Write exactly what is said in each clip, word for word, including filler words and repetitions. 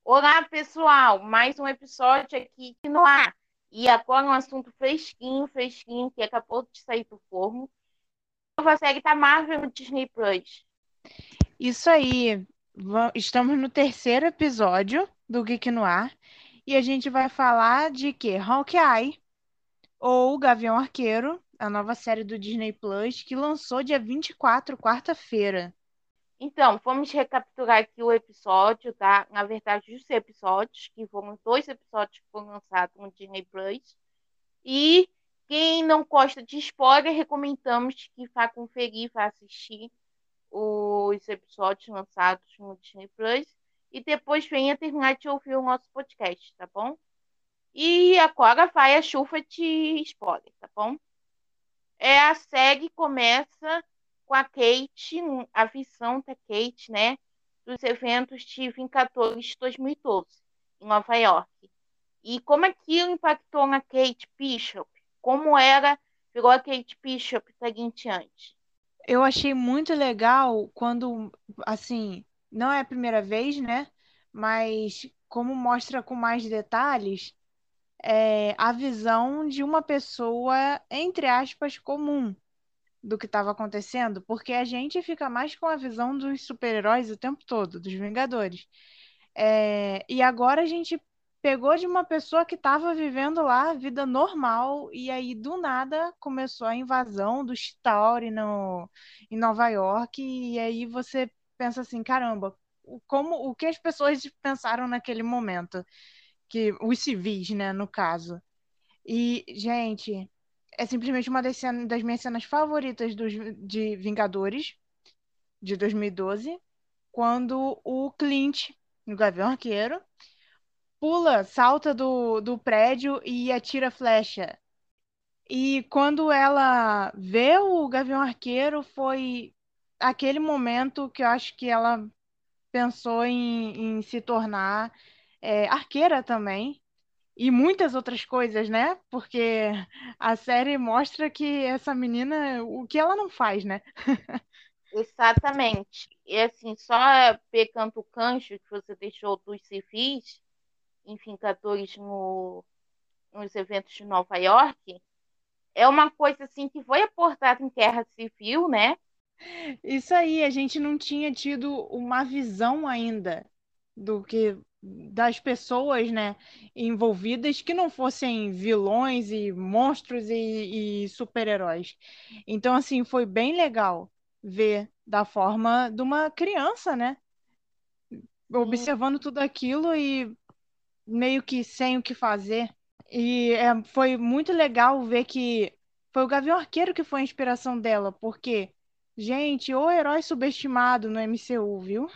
Olá, pessoal! Mais um episódio aqui no ar. E agora um assunto fresquinho, fresquinho, que acabou de sair do forno. Nova série da Marvel no Disney Plus. Isso aí, va- estamos no terceiro episódio do Geek no Ar e a gente vai falar de quê? Hawkeye, ou Gavião Arqueiro, a nova série do Disney Plus, que lançou dia vinte e quatro, quarta-feira. Então, vamos recapitular aqui o episódio, tá? Na verdade, os episódios, que foram dois episódios que foram lançados no Disney Plus. E quem não gosta de spoiler, recomendamos que vá conferir, vá assistir os episódios lançados no Disney Plus. E depois venha terminar de ouvir o nosso podcast, tá bom? E agora vai a chuva de spoiler, tá bom? É, a série começa com a Kate, um- a visão da Kate, né? Dos eventos de Vingadores de dois mil e doze, em Nova York. E como aquilo impactou na Kate Bishop? Como ela virou a Kate Bishop dali em diante? Eu achei muito legal quando, assim, não é a primeira vez, né? Mas como mostra com mais detalhes, é, a visão de uma pessoa, entre aspas, comum do que estava acontecendo, porque a gente fica mais com a visão dos super-heróis o tempo todo, dos Vingadores. É, e agora a gente pegou de uma pessoa que estava vivendo lá a vida normal, e aí do nada começou a invasão do Chitauri no, em Nova York, e aí você pensa assim, caramba, o- como, o que as pessoas pensaram naquele momento? Que os civis, né, no caso. E, gente, é simplesmente uma das, cen- das minhas cenas favoritas dos, de Vingadores, de dois mil e doze, quando o Clint, no Gavião Arqueiro, pula, salta do, do prédio e atira flecha. E quando ela vê o Gavião Arqueiro, foi aquele momento que eu acho que ela pensou em, em se tornar é, arqueira também. E muitas outras coisas, né? Porque a série mostra que essa menina, o que ela não faz, né? Exatamente. E assim, só pegando o gancho que você deixou dos civis, enfim, Vingadores no, nos eventos de Nova York, é uma coisa assim que foi aportada em Guerra Civil, né? Isso aí, a gente não tinha tido uma visão ainda do que das pessoas, né, envolvidas que não fossem vilões e monstros e, e super-heróis. Então, assim, foi bem legal ver da forma de uma criança, né, Sim, observando tudo aquilo e meio que sem o que fazer. E é, foi muito legal ver que foi o Gavião Arqueiro que foi a inspiração dela, porque, gente, o herói subestimado no M C U, viu?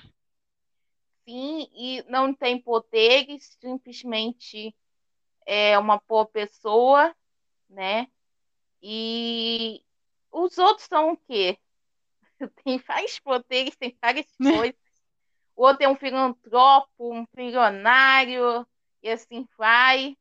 sim, e não tem poderes, simplesmente é uma boa pessoa, né? E os outros são o quê? Tem vários poderes, tem várias coisas. O outro é um filantropo, um bilionário, e assim vai.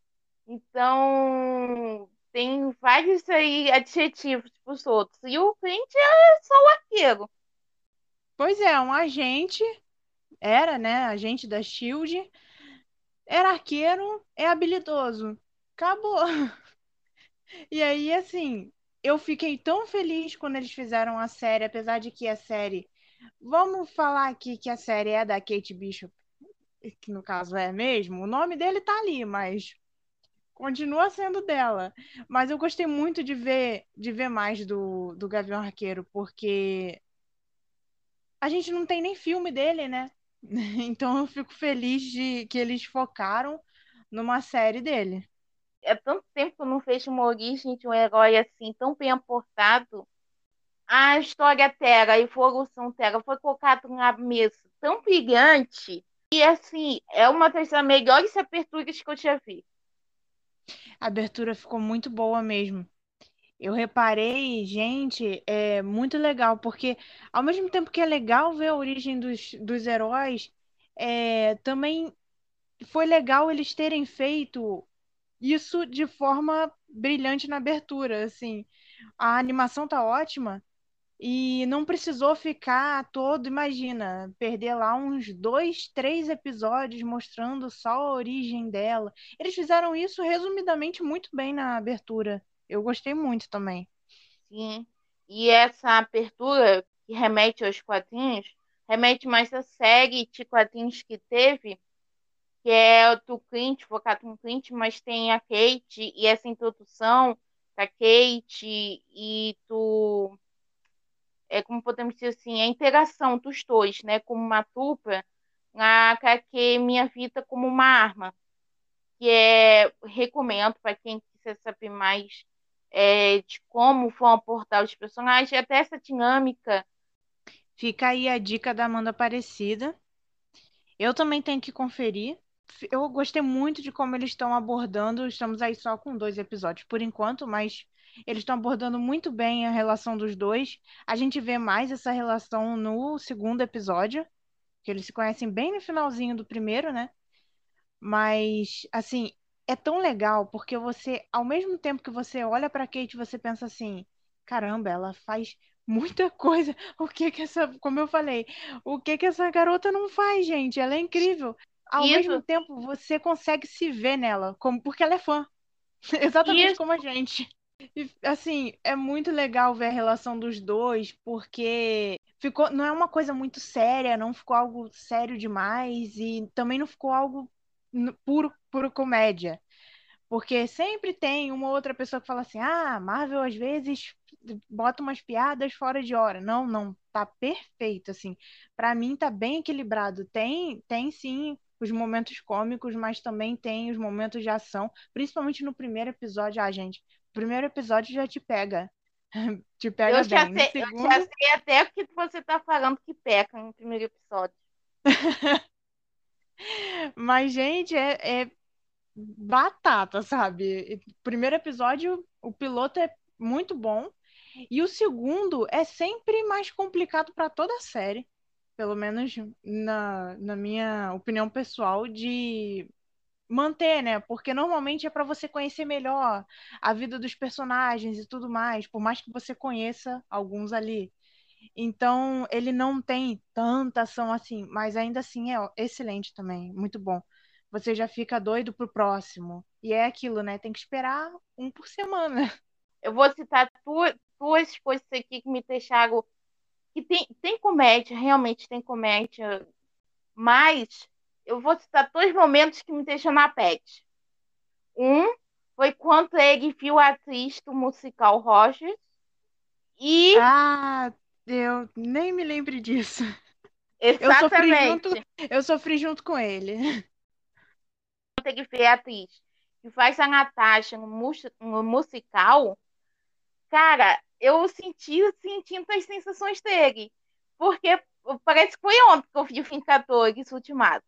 Então, tem vários aí adjetivos para os outros. E o cliente é só o arqueiro. Pois é, um agente, era, né, agente da Shield, era arqueiro, é habilidoso. Acabou. E aí, assim, eu fiquei tão feliz quando eles fizeram a série, apesar de que a série. Vamos falar aqui que a série é da Kate Bishop, que no caso é mesmo. O nome dele tá ali, mas continua sendo dela. Mas eu gostei muito de ver, de ver mais do, do Gavião Arqueiro, porque a gente não tem nem filme dele, né? Então eu fico feliz de que eles focaram numa série dele. É tanto tempo que eu não vejo uma origem de um herói assim, tão bem aportado. A história dela, a evolução dela foi colocada na mesa tão brilhante. E assim, é uma das melhores aberturas que eu já vi. A abertura ficou muito boa mesmo. Eu reparei, gente, é muito legal, porque ao mesmo tempo que é legal ver a origem dos, dos heróis, é, também foi legal eles terem feito isso de forma brilhante na abertura, assim. A animação tá ótima E não precisou ficar todo, imagina, perder lá uns dois, três episódios mostrando só a origem dela. Eles fizeram isso resumidamente muito bem na abertura. Eu gostei muito também. Sim. E essa abertura que remete aos quadrinhos, remete mais à série de quadrinhos que teve, que é o do Clint, focado no Clint, mas tem a Kate e essa introdução da Kate e do, é como podemos dizer assim, a interação dos dois, né, como uma dupla, na H Q Minha Vida como uma Arma, que é, recomendo para quem quiser saber mais é, de como vão abordar os personagens, até essa dinâmica. Fica aí a dica da Amanda Aparecida. Eu também tenho que conferir. Eu gostei muito de como eles estão abordando. Estamos aí só com dois episódios por enquanto, mas eles estão abordando muito bem a relação dos dois. A gente vê mais essa relação no segundo episódio, que eles se conhecem bem no finalzinho do primeiro, né? Mas, assim, é tão legal porque você, ao mesmo tempo que você olha pra Kate, você pensa assim: caramba, ela faz muita coisa. O que que essa, como eu falei, o que que essa garota não faz, gente? Ela é incrível. Ao mesmo Isso, tempo, você consegue se ver nela, como porque ela é fã, exatamente isso, como a gente. E, assim, é muito legal ver a relação dos dois, porque ficou, não é uma coisa muito séria, não ficou algo sério demais e também não ficou algo n- puro, puro comédia. Porque sempre tem uma outra pessoa que fala assim: ah, Marvel às vezes bota umas piadas fora de hora. Não, não, tá perfeito, assim. Pra mim tá bem equilibrado. Tem, tem sim os momentos cômicos, mas também tem os momentos de ação, principalmente no primeiro episódio. Ah, gente, o primeiro episódio já te pega. Te eu pega já bem. No sei, eu já segundo, sei até o que você está falando que peca no primeiro episódio. mas, gente, é, é batata, sabe? E primeiro episódio, o piloto é muito bom. E o segundo é sempre mais complicado para toda a série, pelo menos na, na minha opinião pessoal, de manter, né? Porque normalmente é para você conhecer melhor a vida dos personagens e tudo mais, por mais que você conheça alguns ali. Então, ele não tem tanta ação assim, mas ainda assim é ó, excelente também, muito bom. Você já fica doido pro próximo. E é aquilo, né? Tem que esperar um por semana. Eu vou citar duas, duas coisas aqui que me deixaram. Que tem, tem comédia, realmente tem comédia, mas eu vou citar dois momentos que me deixam na pet. Um foi quando ele viu a atriz do musical Rogers, e Ah, eu nem me lembro disso. Eu sofri junto, exatamente eu sofri junto com ele. quando ele vê a atriz que faz a Natasha no, mus- no musical. Cara, eu senti, sentindo as sensações dele. Porque parece que foi ontem que eu vi o Vingadores Ultimato.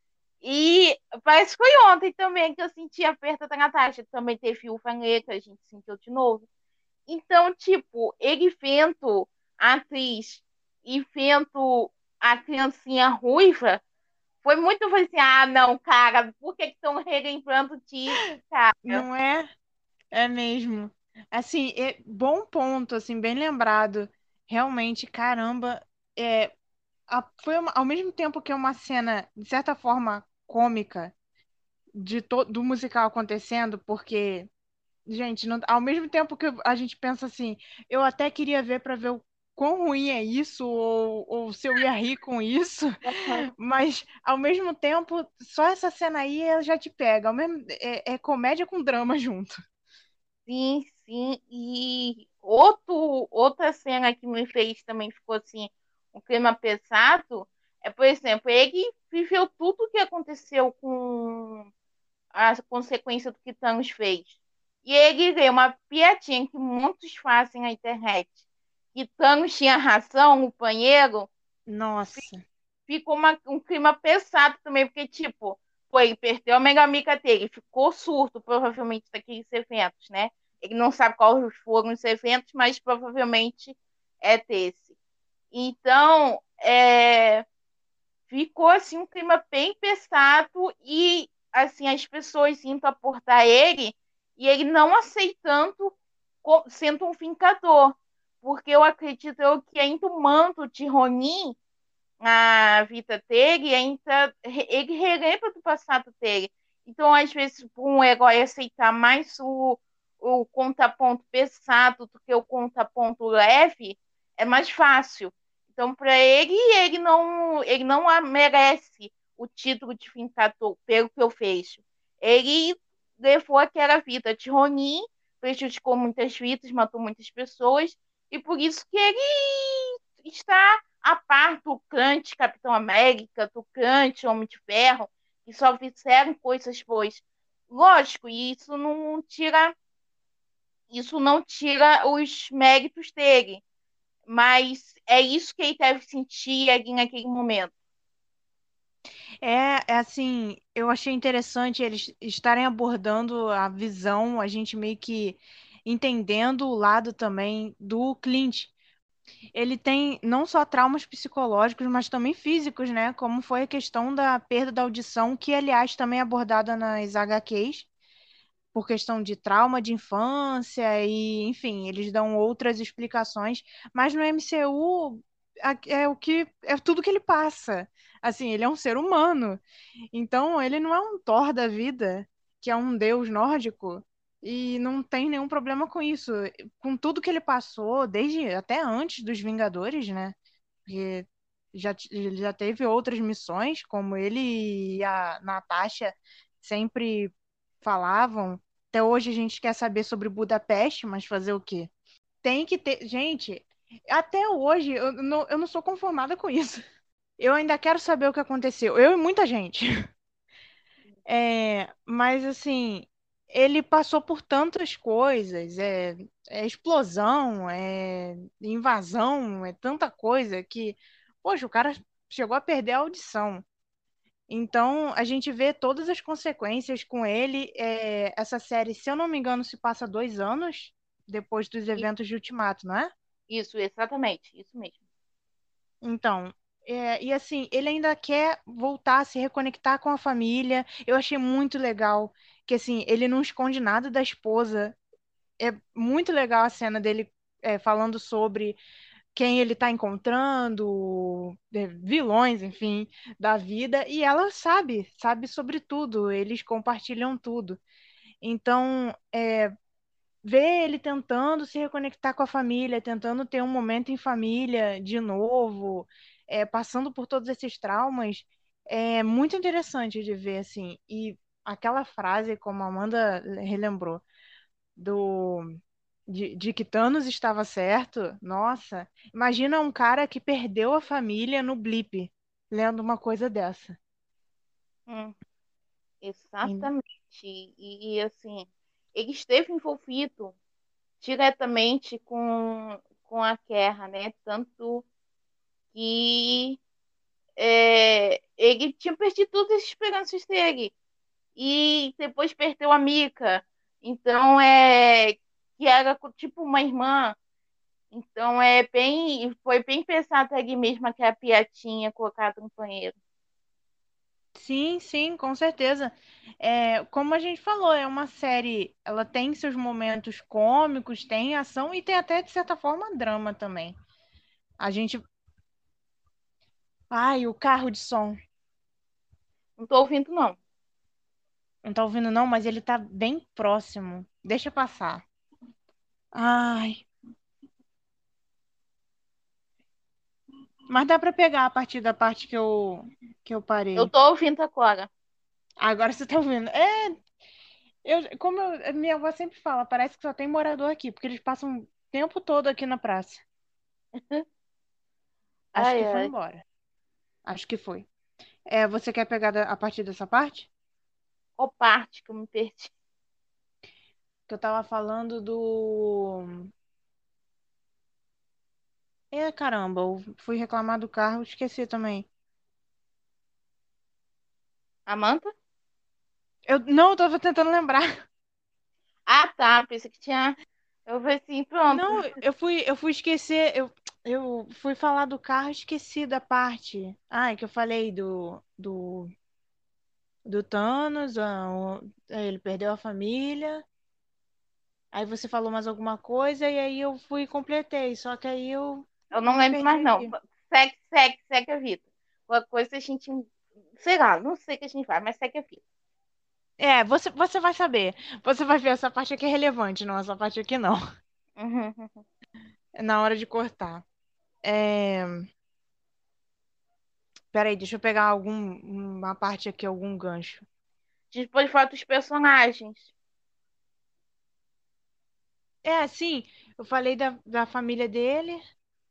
E parece que foi ontem também que eu senti a perda da Natasha. Também teve o Negra, a gente sentiu de novo. Então, tipo, ele vendo a atriz e vendo a criancinha ruiva, foi muito foi assim, ah, não, cara, por que estão relembrando disso, cara? Não é? É mesmo. Assim, é bom ponto, assim, bem lembrado. Realmente, caramba, é, a- foi uma- ao mesmo tempo que é uma cena, de certa forma, cômica de to- do musical acontecendo, porque, gente, não- ao mesmo tempo que a gente pensa assim, eu até queria ver para ver o quão ruim é isso, ou, ou se eu ia rir com isso, mas ao mesmo tempo, só essa cena aí ela já te pega. Ao mesmo, é, é comédia com drama junto. Sim, sim. E outro, outra cena que me fez também ficou assim, um clima pesado, é, por exemplo, ele viveu tudo o que aconteceu com a consequência do que Thanos fez. E ele vê uma piadinha que muitos fazem na internet, que Thanos tinha razão, o banheiro, Nossa, ficou uma- um clima pesado também, porque, tipo, pô, ele perdeu a mega amiga dele, ficou surto, provavelmente, daqueles eventos, né? Ele não sabe quais foram os eventos, mas provavelmente é desse. Então, é, ficou, assim, um clima bem pesado e, assim, as pessoas indo aportar ele e ele não aceitando co- sendo um vingador. porque eu acredito eu que ainda o manto de Ronin na vida dele, ainda ele relembra do passado dele. Então, às vezes, para um herói aceitar mais o, o contraponto pesado do que o contraponto leve, é mais fácil. Então, para ele, ele não, ele não merece o título de Vingador pelo que eu vejo. Ele levou aquela vida de Ronin, prejudicou muitas vidas, matou muitas pessoas, e por isso que ele está a par do Kant, Capitão América, do Kant, Homem de Ferro, que só fizeram coisas boas. Lógico, e isso não tira, isso não tira os méritos dele, mas é isso que ele deve sentir ali naquele momento. É, é assim, eu achei interessante eles estarem abordando a visão, a gente meio que entendendo o lado também do Clint. Ele tem não só traumas psicológicos, mas também físicos, né? Como foi a questão da perda da audição, que, aliás, também é abordada nas H Qs, por questão de trauma de infância, e, enfim, eles dão outras explicações, mas no M C U a- é o que é tudo que ele passa. Assim, ele é um ser humano. Então, ele não é um Thor da vida, que é um deus nórdico, e não tem nenhum problema com isso. Com tudo que ele passou, desde até antes dos Vingadores, né? Porque já, t- ele já teve outras missões, como ele e a Natasha sempre falavam. Até hoje a gente quer saber sobre Budapeste, mas fazer o quê? Tem que ter. Gente, até hoje eu não, eu não sou conformada com isso. Eu ainda quero saber o que aconteceu. Eu e muita gente. É, mas assim, ele passou por tantas coisas, é, é explosão, é invasão, é tanta coisa que, poxa, o cara chegou a perder a audição. Então, a gente vê todas as consequências com ele. É, essa série, se eu não me engano, se passa dois anos depois dos Isso, eventos de Ultimato, não é? isso, exatamente, isso mesmo. Então, é, e assim, ele ainda quer voltar a se reconectar com a família. Eu achei muito legal que, assim, ele não esconde nada da esposa. É muito legal a cena dele, é, falando sobre quem ele está encontrando, é, vilões, enfim, da vida. E ela sabe, sabe sobre tudo. Eles compartilham tudo. Então, ver ele tentando se reconectar com a família, tentando ter um momento em família de novo, é, passando por todos esses traumas, é muito interessante de ver, assim. E aquela frase, como a Amanda relembrou, do de, de que Thanos estava certo, nossa, imagina um cara que perdeu a família no blip, lendo uma coisa dessa. Hum, E- exatamente. E, e, assim, ele esteve envolvido diretamente com, com a guerra, né? Tanto que é, ele tinha perdido todas as esperanças dele. E depois perdeu a Mika. Então é que era co- tipo uma irmã. Então é bem, foi bem pensado ali mesmo aquela piadinha colocada no banheiro. Sim, sim, com certeza. É, como a gente falou, é uma série, ela tem seus momentos cômicos, tem ação e tem até, de certa forma, drama também. A gente. Ai, o carro de som. Não tô ouvindo, não. Não tá ouvindo, não, mas ele tá bem próximo. Deixa passar. Ai, mas dá pra pegar a partir da parte que eu, que eu Eu parei. tô ouvindo agora. Agora você tá ouvindo. É, eu, como eu- minha avó sempre fala, parece que só tem morador aqui, porque eles passam o tempo todo aqui na praça. Acho Ai, que foi ai. embora. Acho que foi. É, você quer pegar da- a partir dessa parte? Qual parte que eu me perdi? Que eu tava falando do. É, caramba, eu fui reclamar do carro, esqueci também. Amanda? Eu não, eu tava tentando lembrar. Ah, tá. Pensei que tinha. Eu falei assim, pronto. Não, eu fui, eu fui esquecer, eu, eu fui falar do carro, esqueci da parte. Ai, que eu falei do, do, do Thanos, ah, o- ele perdeu a família. Aí você falou mais alguma coisa e aí eu fui e completei. Só que aí eu Eu não me lembro perdi mais, não. aqui. Segue, segue, segue a vida. Qualquer coisa a gente. Sei lá, não sei o que a gente faz, mas segue a vida. É, você, você vai saber. Você vai ver essa parte aqui é relevante, não essa parte aqui não. Uhum. Uhum. É na hora de cortar. É... Peraí, deixa eu pegar algum, uma parte aqui, algum gancho. A gente pode falar dos personagens. É, sim, eu falei da, da família dele.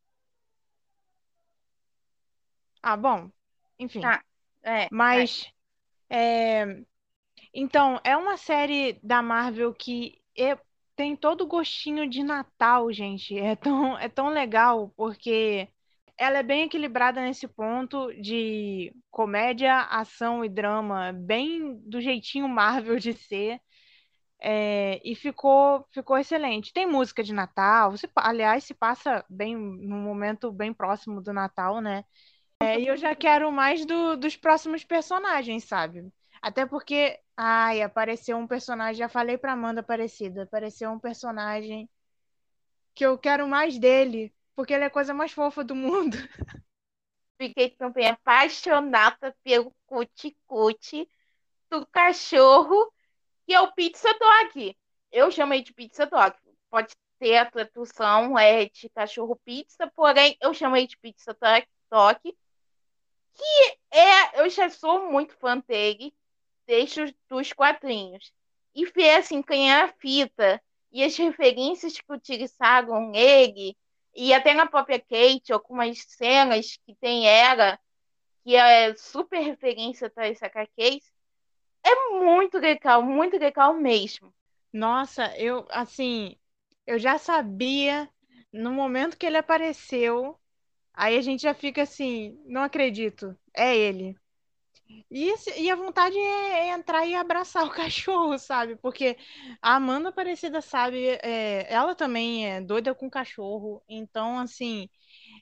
Ah, bom, enfim. Tá. É, vai. Mas, é, então, é uma série da Marvel que é- tem todo o gostinho de Natal, gente. É tão, é tão legal, porque ela é bem equilibrada nesse ponto de comédia, ação e drama, bem do jeitinho Marvel de ser. É, e ficou, ficou excelente. Tem música de Natal, se pa- aliás, se passa bem num momento bem próximo do Natal, né? É, e eu já quero mais do- dos próximos personagens, sabe? Até porque, ai, apareceu um personagem, já falei pra Amanda Aparecida, apareceu um personagem que eu quero mais dele, porque ele é a coisa mais fofa do mundo. Fiquei também apaixonada pelo cuti-cuti do cachorro, que é o Pizza Dog. Eu chamei de Pizza Dog. Pode ter a tradução é de cachorro pizza, porém eu chamei de Pizza Dog. É, eu já sou muito fã dele, desde os dos quadrinhos. E ver assim, ganhar a fita e as referências que utilizaram nele, e até na própria Kate, algumas cenas que tem ela, que é super referência para essa Case, é muito legal, muito legal mesmo. Nossa, eu, assim, eu já sabia no momento que ele apareceu, aí a gente já fica assim, não acredito, é ele. E, esse- e a vontade é, é entrar e abraçar o cachorro, sabe? Porque a Amanda Aparecida sabe, é, ela também é doida com cachorro. Então, assim,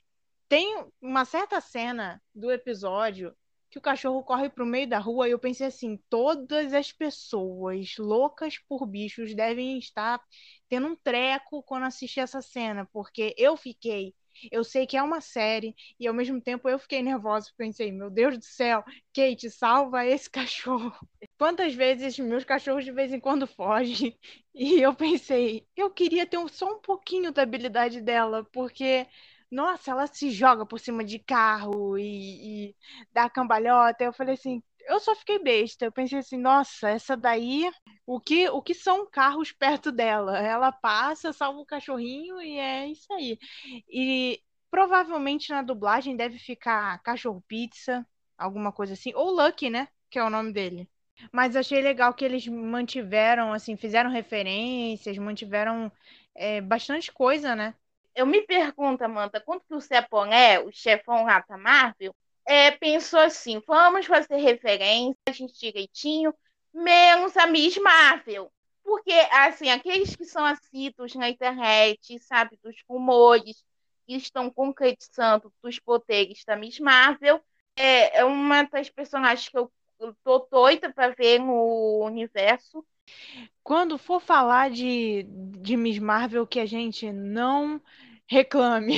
tem uma certa cena do episódio que o cachorro corre pro meio da rua e eu pensei assim, todas as pessoas loucas por bichos devem estar tendo um treco quando assistir essa cena, porque eu fiquei, eu sei que é uma série e ao mesmo tempo eu fiquei nervosa, pensei, meu Deus do céu, Kate, salva esse cachorro. Quantas vezes meus cachorros de vez em quando fogem e eu pensei, eu queria ter um- só um pouquinho da habilidade dela, porque nossa, ela se joga por cima de carro e, e dá cambalhota. Eu falei assim, eu só fiquei besta. Eu pensei assim, nossa, essa daí, o que, o que são carros perto dela? Ela passa, salva o cachorrinho e é isso aí. E provavelmente na dublagem deve ficar cachorro pizza, alguma coisa assim, ou Lucky, né? Que é o nome dele. Mas achei legal que eles mantiveram, assim, fizeram referências, mantiveram é, bastante coisa, né? Eu me pergunto, Amanda, quando que o Ceponé, o chefão lá da Marvel, é, pensou assim, vamos fazer referência, a gente direitinho, menos a Miss Marvel. Porque, assim, aqueles que são assíduos na internet, sabe, dos rumores que estão concretizando dos poderes da Miss Marvel, é, é uma das personagens que eu, eu tô doida para ver no universo. Quando for falar de, de Miss Marvel, que a gente não reclame,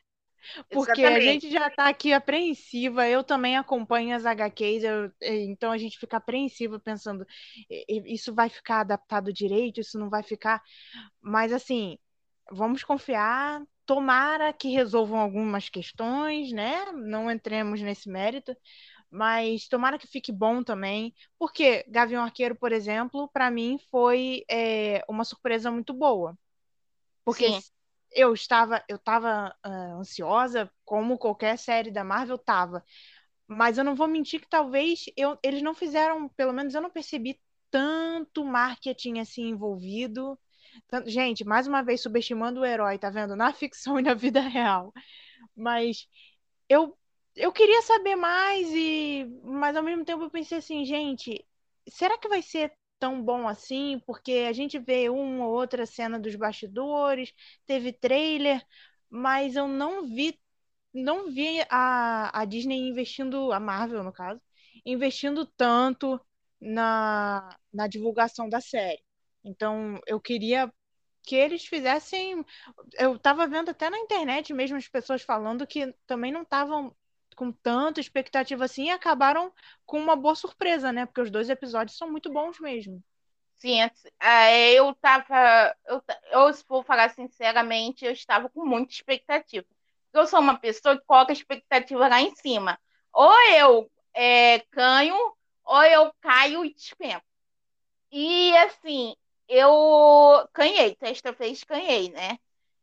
porque a Exatamente. gente já tá aqui apreensiva. Eu também acompanho as H Qs, eu- eh, então a gente fica apreensiva pensando, "E- e- isso vai ficar adaptado direito, isso não vai ficar. Mas assim, vamos confiar. Tomara que resolvam algumas questões, né? Não entremos nesse mérito, mas tomara que fique bom também, porque Gavião Arqueiro, por exemplo, para mim foi é, uma surpresa muito boa, porque Sim. eu estava eu estava ah, ansiosa, como qualquer série da Marvel estava, mas eu não vou mentir que talvez eu, eles não fizeram, pelo menos eu não percebi tanto marketing assim envolvido. Tanto- gente, mais uma vez subestimando o herói, tá vendo? Na ficção e na vida real. Mas eu, eu queria saber mais, e mas ao mesmo tempo eu pensei assim, gente, será que vai ser tão bom assim? Porque a gente vê uma ou outra cena dos bastidores, teve trailer, mas eu não vi, não vi a, a Disney investindo, a Marvel no caso, investindo tanto na, na divulgação da série. Então eu queria que eles fizessem. Eu estava vendo até na internet mesmo as pessoas falando que também não estavam com tanta expectativa assim e acabaram com uma boa surpresa, né? Porque os dois episódios são muito bons mesmo. Sim, assim, é, eu tava. Eu, ta- eu, se for falar sinceramente, eu estava com muita expectativa. Porque eu sou uma pessoa que coloca a expectativa lá em cima. Ou eu é, canho, ou eu caio e despenco. E assim, eu canhei, desta vez canhei, né?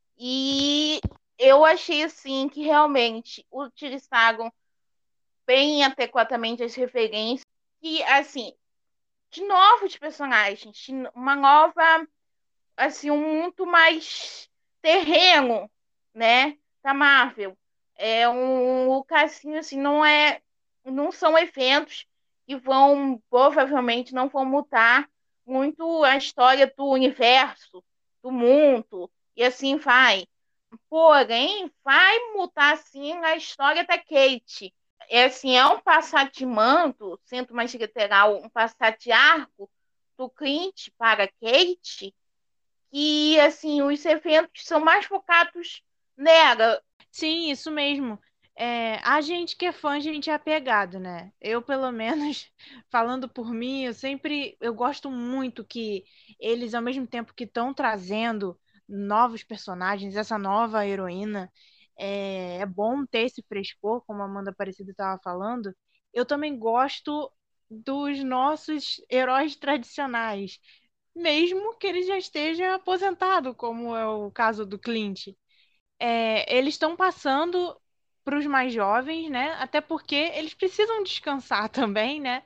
E eu achei assim que realmente utilizaram bem adequadamente as referências. E assim, de novos personagens, de uma nova, assim, um muito mais terreno, né, da Marvel. É um, o Cassinho, assim, não é, não são eventos que vão, provavelmente, não vão mudar muito a história do universo, do mundo, e assim vai. Porém, vai mudar, sim, a história da Kate. É assim, é um passar de manto, sendo mais literal, um passar de arco do Clint para Kate, que assim, os eventos são mais focados nela. Sim, isso mesmo. É, a gente que é fã, a gente é apegado, né? Eu, pelo menos, falando por mim, eu sempre eu gosto muito que eles, ao mesmo tempo que estão trazendo novos personagens, essa nova heroína, é, é bom ter esse frescor, como a Amanda Aparecida estava falando. Eu também gosto dos nossos heróis tradicionais, mesmo que ele já esteja aposentado, como é o caso do Clint. É, eles estão passando para os mais jovens, né? Até porque eles precisam descansar também, né?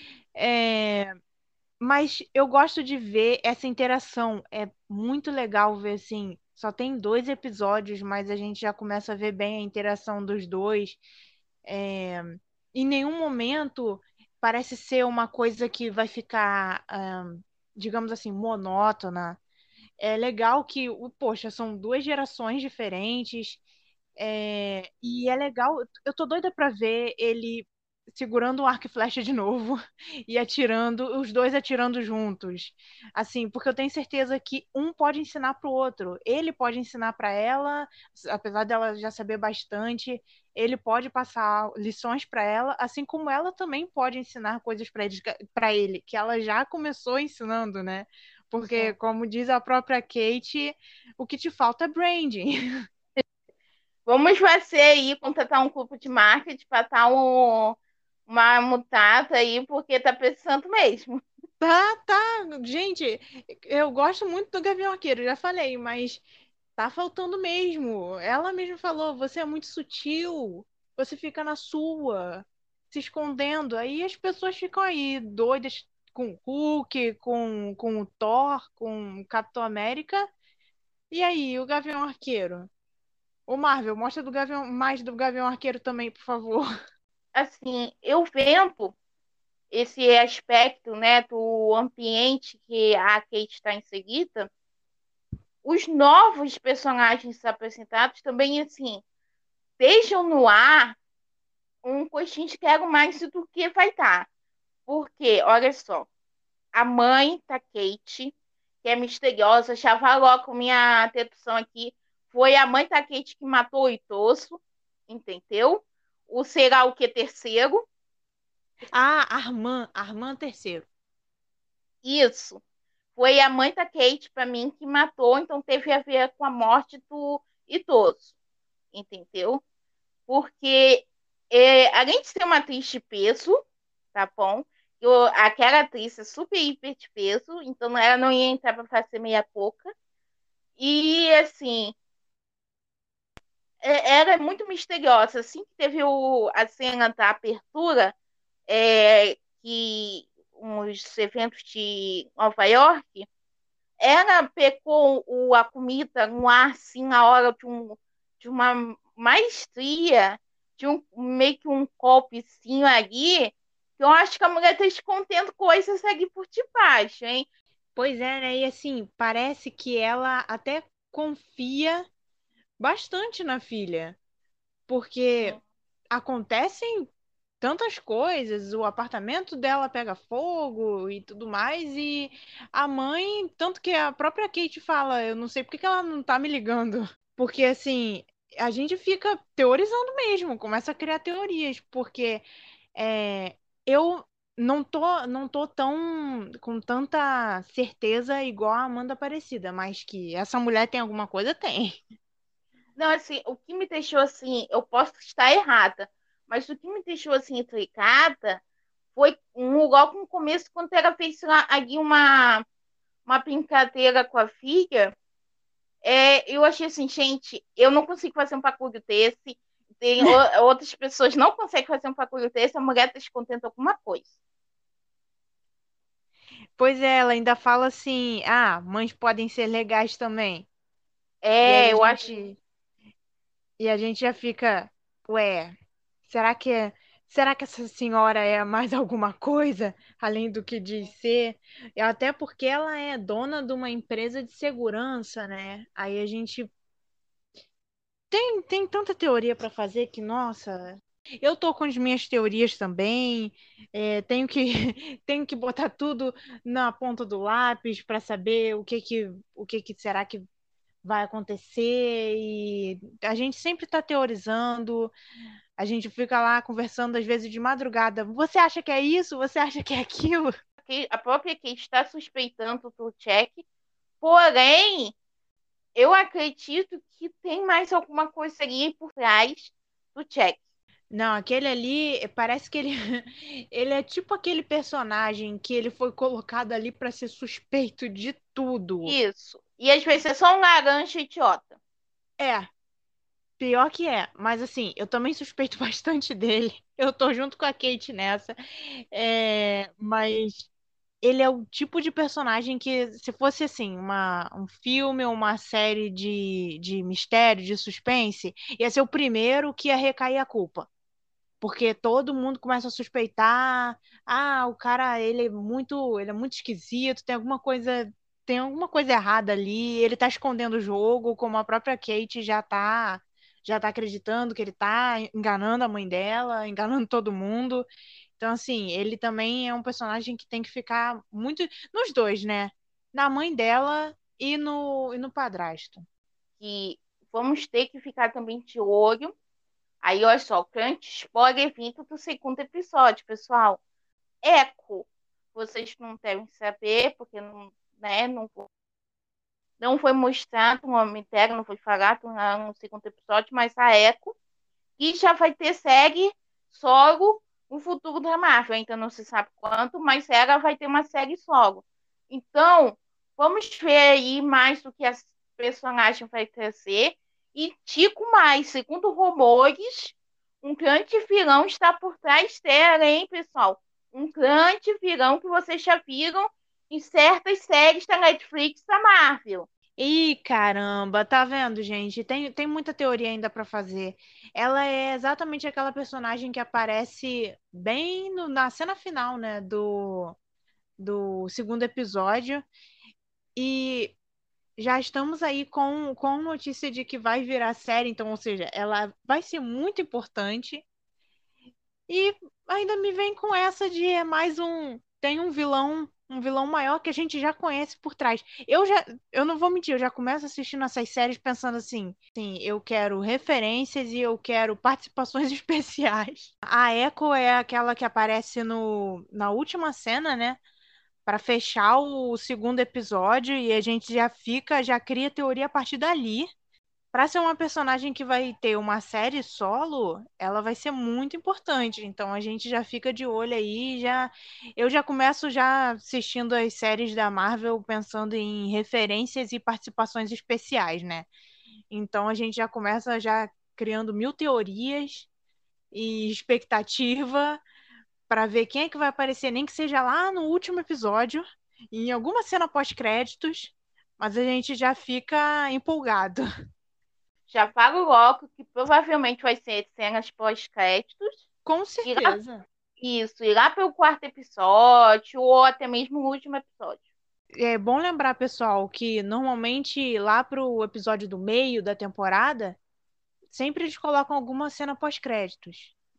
É, mas eu gosto de ver essa interação. É muito legal ver assim. Só tem dois episódios, mas a gente já começa a ver bem a interação dos dois. É, em nenhum momento parece ser uma coisa que vai ficar, ahn, digamos assim, monótona. É legal que, o- poxa, são duas gerações diferentes. É, e é legal, eu tô doida pra ver ele segurando um arco e flecha de novo e atirando, os dois atirando juntos. Assim, porque eu tenho certeza que um pode ensinar pro outro. Ele pode ensinar pra ela, apesar dela já saber bastante, ele pode passar lições pra ela, assim como ela também pode ensinar coisas pra ele, para ele, que ela já começou ensinando, né? Porque, Sim. como diz a própria Kate, o que te falta é branding. Vamos fazer aí, contratar um grupo de marketing para estar um, uma mutada aí, porque tá precisando mesmo. Tá, tá, gente, eu gosto muito do Gavião Arqueiro, já falei, mas tá faltando mesmo. Ela mesma falou, você é muito sutil, você fica na sua, se escondendo. Aí as pessoas ficam aí doidas com o Hulk, com, com o Thor, com o Capitão América. E aí, o Gavião Arqueiro? Ô Marvel, mostra do Gavião, mais do Gavião Arqueiro também, por favor. Assim, eu vendo esse aspecto, né, do ambiente que a Kate está inserida, os novos personagens apresentados também, assim, deixam no ar um gostinho de quero mais do que vai estar. Porque, olha só, a mãe da Kate, que é misteriosa, já falou com minha dedução aqui, foi a mãe da Kate que matou o idoso, entendeu? O será o que terceiro? Ah, Armand, Armand Terceiro. Isso. Foi a mãe da Kate, para mim, que matou, então teve a ver com a morte do idoso, entendeu? Porque, é, além de ser uma atriz de peso, tá bom? Eu, aquela atriz é super hiper de peso, então ela não ia entrar pra fazer meia boca. E, assim, é- ela é muito misteriosa. Assim que teve o, a cena da abertura, é, que uns eventos de Nova York, ela pegou o, a comida no ar, assim, na hora de, um, de uma maestria, de um meio que um golpezinho ali, que eu acho que a mulher tá escondendo coisas ali por debaixo, hein? Pois é, né? E assim, parece que ela até confia bastante na filha, porque Sim, acontecem tantas coisas, o apartamento dela pega fogo e tudo mais, e a mãe, tanto que a própria Kate fala, eu não sei por que que ela não tá me ligando. Porque assim, a gente fica teorizando mesmo, começa a criar teorias, porque é, eu não tô, não tô tão com tanta certeza igual a Amanda Aparecida, mas que essa mulher tem alguma coisa, tem. Não, assim, o que me deixou assim, eu posso estar errada, mas o que me deixou assim intrigada foi um, logo no começo, quando ela fez lá, ali uma, uma brincadeira com a filha. É, eu achei assim, gente, eu não consigo fazer um bagulho desse. Tem o- outras pessoas não conseguem fazer um bagulho desse. A mulher está escondendo alguma coisa. Pois é, ela ainda fala assim: ah, mães podem ser legais também. E aí É, a eu acho. gente, e a gente já fica, ué, será que é, será que essa senhora é mais alguma coisa além do que diz ser? E até porque ela é dona de uma empresa de segurança, né? Aí a gente tem, tem tanta teoria para fazer que, nossa, eu tô com as minhas teorias também. É, tenho que tenho que botar tudo na ponta do lápis para saber o que que o que que será que vai acontecer, e a gente sempre está teorizando, a gente fica lá conversando às vezes de madrugada. Você acha que é isso? Você acha que é aquilo? Que a própria Kate está suspeitando do Jack. Porém, eu acredito que tem mais alguma coisa ali por trás do Jack. Não, aquele ali parece que ele ele é tipo aquele personagem que ele foi colocado ali para ser suspeito de tudo. Isso. E às vezes é só um laranja idiota. É, pior que é, mas assim, eu também suspeito bastante dele. Eu tô junto com a Kate nessa. É, mas ele é o tipo de personagem que, se fosse assim, uma, um filme ou uma série de, de mistério, de suspense, ia ser o primeiro que ia recair a culpa. Porque todo mundo começa a suspeitar, ah, o cara, ele é muito, ele é muito esquisito, tem alguma coisa, tem alguma coisa errada ali, ele tá escondendo o jogo, como a própria Kate já tá, já tá acreditando que ele tá enganando a mãe dela, enganando todo mundo. Então, assim, ele também é um personagem que tem que ficar muito nos dois, né? Na mãe dela e no, e no padrasto. Que vamos ter que ficar também de olho. Aí, olha só, grande spoiler vindo do segundo episódio, pessoal. Echo. Vocês não devem saber, porque não, né, não, não foi mostrado uma matéria, não foi falado no segundo episódio, mas a Echo. E já vai ter série solo no futuro da Marvel. Ainda não se sabe quanto, mas ela vai ter uma série solo. Então, vamos ver aí mais do que a personagem vai crescer. E digo mais, segundo rumores, um grande vilão está por trás dela, hein, pessoal? Um grande vilão que vocês já viram em certas séries da Netflix da Marvel. Ih, caramba, tá vendo, gente? Tem, tem muita teoria ainda pra fazer. Ela é exatamente aquela personagem que aparece bem no- na cena final, né, do, do segundo episódio. E já estamos aí com, com notícia de que vai virar série, então, ou seja, ela vai ser muito importante. E ainda me vem com essa de é mais um. Tem um vilão, um vilão maior que a gente já conhece por trás. Eu já, eu não vou mentir, eu já começo assistindo essas séries pensando assim, sim, eu quero referências e eu quero participações especiais. A Echo é aquela que aparece no, na última cena, né? Para fechar o segundo episódio, e a gente já fica, já cria teoria a partir dali. Para ser uma personagem que vai ter uma série solo, ela vai ser muito importante. Então a gente já fica de olho aí, já eu já começo já assistindo as séries da Marvel pensando em referências e participações especiais, né? Então a gente já começa já criando mil teorias e expectativa para ver quem é que vai aparecer, nem que seja lá no último episódio, em alguma cena pós-créditos, mas a gente já fica empolgado. Já falo logo que provavelmente vai ser cenas pós-créditos. Com E lá, certeza. isso, e lá pelo quarto episódio, ou até mesmo o último episódio. É bom lembrar, pessoal, que normalmente lá pro episódio do meio da temporada, sempre eles colocam alguma cena pós-créditos.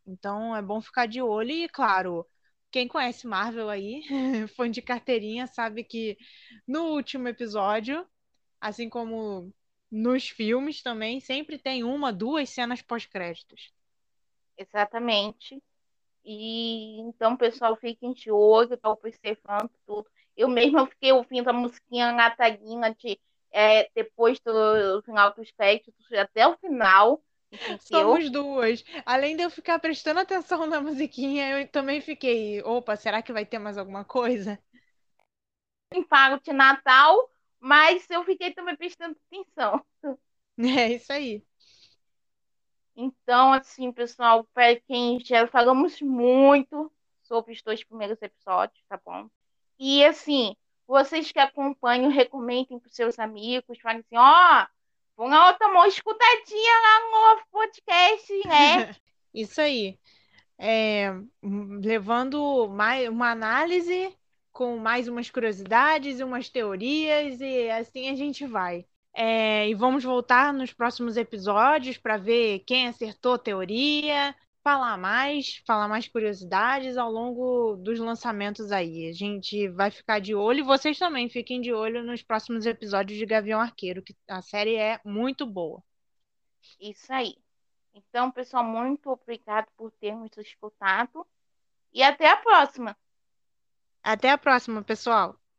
Então é bom ficar de olho e, claro, quem conhece Marvel aí, fã de carteirinha, sabe que no último episódio, assim como nos filmes também, sempre tem uma, duas cenas pós-créditos. Exatamente. E então, pessoal, fiquem de olho, estou observando tudo. Eu mesma fiquei ouvindo a musiquinha Natalinha de, é, depois do final dos créditos até o final, entendeu? Somos duas. Além de eu ficar prestando atenção na musiquinha, eu também fiquei, opa, será que vai ter mais alguma coisa? Em falo de Natal, mas eu fiquei também prestando atenção. É isso aí. Então, assim, pessoal, para quem já falamos muito sobre os dois primeiros episódios, tá bom? E assim, vocês que acompanham, recomendem para seus amigos, falem assim, ó, vão lá tomar uma escutadinha lá no novo podcast, né? Isso aí. É, hum, levando mais uma análise com mais umas curiosidades e umas teorias, e assim a gente vai. É, e vamos voltar nos próximos episódios para ver quem acertou a teoria, falar mais, falar mais curiosidades ao longo dos lançamentos aí. A gente vai ficar de olho e vocês também fiquem de olho nos próximos episódios de Gavião Arqueiro, que a série é muito boa. Isso aí. Então, pessoal, muito obrigado por ter nos escutado e até a próxima. Até a próxima, pessoal!